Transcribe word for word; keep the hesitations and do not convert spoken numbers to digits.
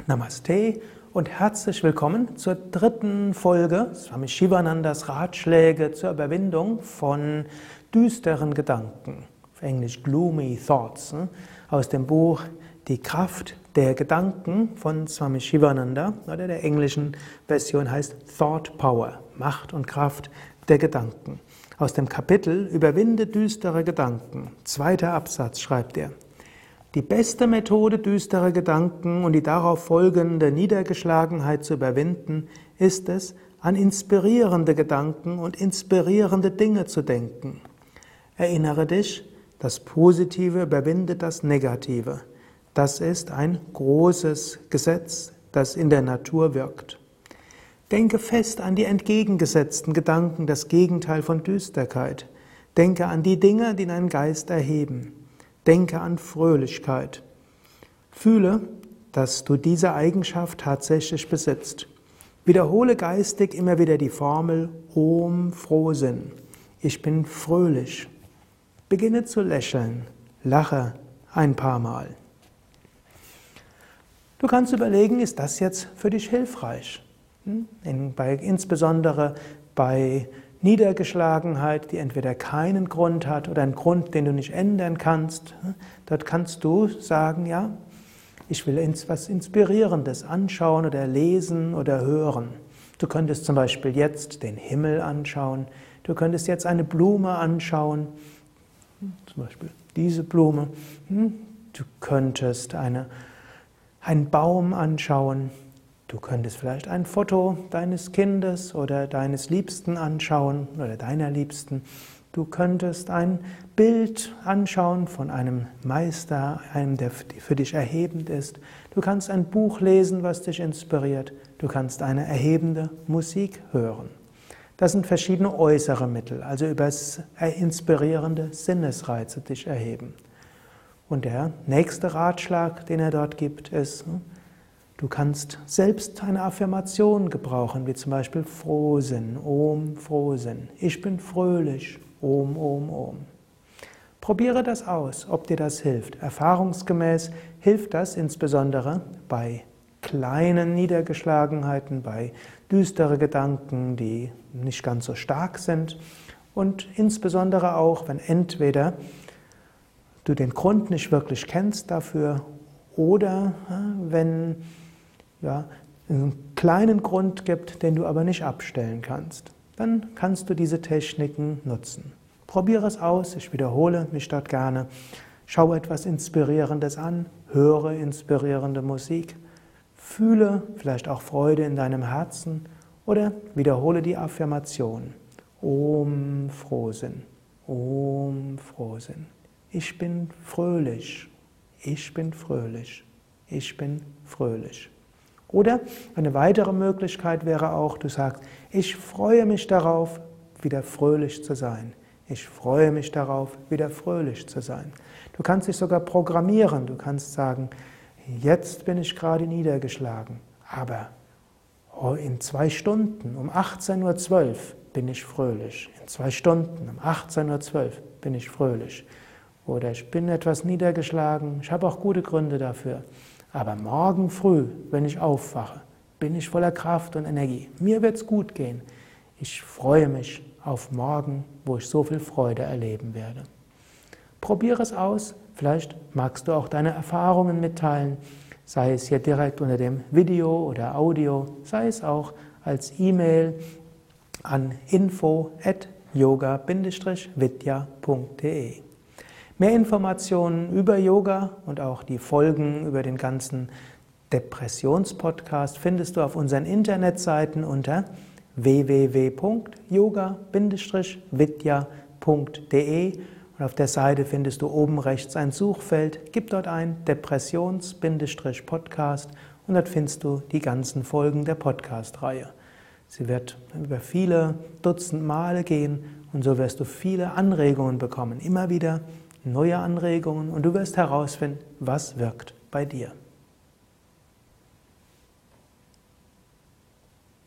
Namaste und herzlich willkommen zur dritten Folge Swami Shivanandas Ratschläge zur Überwindung von düsteren Gedanken, auf Englisch Gloomy Thoughts, aus dem Buch Die Kraft der Gedanken von Swami Shivananda, oder der englischen Version heißt Thought Power, Macht und Kraft der Gedanken. Aus dem Kapitel Überwinde düstere Gedanken, zweiter Absatz, schreibt er: Die beste Methode, düstere Gedanken und die darauf folgende Niedergeschlagenheit zu überwinden, ist es, an inspirierende Gedanken und inspirierende Dinge zu denken. Erinnere dich, das Positive überwindet das Negative. Das ist ein großes Gesetz, das in der Natur wirkt. Denke fest an die entgegengesetzten Gedanken, das Gegenteil von Düsterkeit. Denke an die Dinge, die deinen Geist erheben. Denke an Fröhlichkeit. Fühle, dass du diese Eigenschaft tatsächlich besitzt. Wiederhole geistig immer wieder die Formel Om Frohsinn. Ich bin fröhlich. Beginne zu lächeln. Lache ein paar Mal. Du kannst überlegen, ist das jetzt für dich hilfreich? In, bei, insbesondere bei Niedergeschlagenheit, die entweder keinen Grund hat oder einen Grund, den du nicht ändern kannst. Dort kannst du sagen, ja, ich will etwas Inspirierendes anschauen oder lesen oder hören. Du könntest zum Beispiel jetzt den Himmel anschauen. Du könntest jetzt eine Blume anschauen, zum Beispiel diese Blume. Du könntest eine, einen Baum anschauen. Du könntest vielleicht ein Foto deines Kindes oder deines Liebsten anschauen oder deiner Liebsten. Du könntest ein Bild anschauen von einem Meister, einem, der für dich erhebend ist. Du kannst ein Buch lesen, was dich inspiriert. Du kannst eine erhebende Musik hören. Das sind verschiedene äußere Mittel, also über inspirierende Sinnesreize dich erheben. Und der nächste Ratschlag, den er dort gibt, ist: Du kannst selbst eine Affirmation gebrauchen, wie zum Beispiel Frohsinn, Om, Frohsinn. Ich bin fröhlich, Om, Om, Om. Probiere das aus, ob dir das hilft. Erfahrungsgemäß hilft das insbesondere bei kleinen Niedergeschlagenheiten, bei düsteren Gedanken, die nicht ganz so stark sind, und insbesondere auch, wenn entweder du den Grund nicht wirklich kennst dafür oder wenn ja, einen kleinen Grund gibt, den du aber nicht abstellen kannst, dann kannst du diese Techniken nutzen. Probiere es aus, ich wiederhole mich dort gerne. Schau etwas Inspirierendes an, höre inspirierende Musik, fühle vielleicht auch Freude in deinem Herzen oder wiederhole die Affirmation. Om Frohsinn, Om Frohsinn. Ich bin fröhlich, ich bin fröhlich, ich bin fröhlich. Oder eine weitere Möglichkeit wäre auch, du sagst, ich freue mich darauf, wieder fröhlich zu sein. Ich freue mich darauf, wieder fröhlich zu sein. Du kannst dich sogar programmieren. Du kannst sagen, jetzt bin ich gerade niedergeschlagen, aber in zwei Stunden um achtzehn Uhr zwölf bin ich fröhlich. In zwei Stunden um achtzehn Uhr zwölf bin ich fröhlich. Oder ich bin etwas niedergeschlagen, ich habe auch gute Gründe dafür. Aber morgen früh, wenn ich aufwache, bin ich voller Kraft und Energie. Mir wird es gut gehen. Ich freue mich auf morgen, wo ich so viel Freude erleben werde. Probiere es aus. Vielleicht magst du auch deine Erfahrungen mitteilen, sei es hier direkt unter dem Video oder Audio, sei es auch als E-Mail an info at yoga Bindestrich vidya punkt de. Mehr Informationen über Yoga und auch die Folgen über den ganzen Depressionspodcast findest du auf unseren Internetseiten unter w w w punkt yoga Bindestrich vidya punkt de und auf der Seite findest du oben rechts ein Suchfeld, gib dort ein Depressions-Podcast und dort findest du die ganzen Folgen der Podcast-Reihe. Sie wird über viele Dutzend Male gehen und so wirst du viele Anregungen bekommen, immer wieder neue Anregungen und du wirst herausfinden, was wirkt bei dir.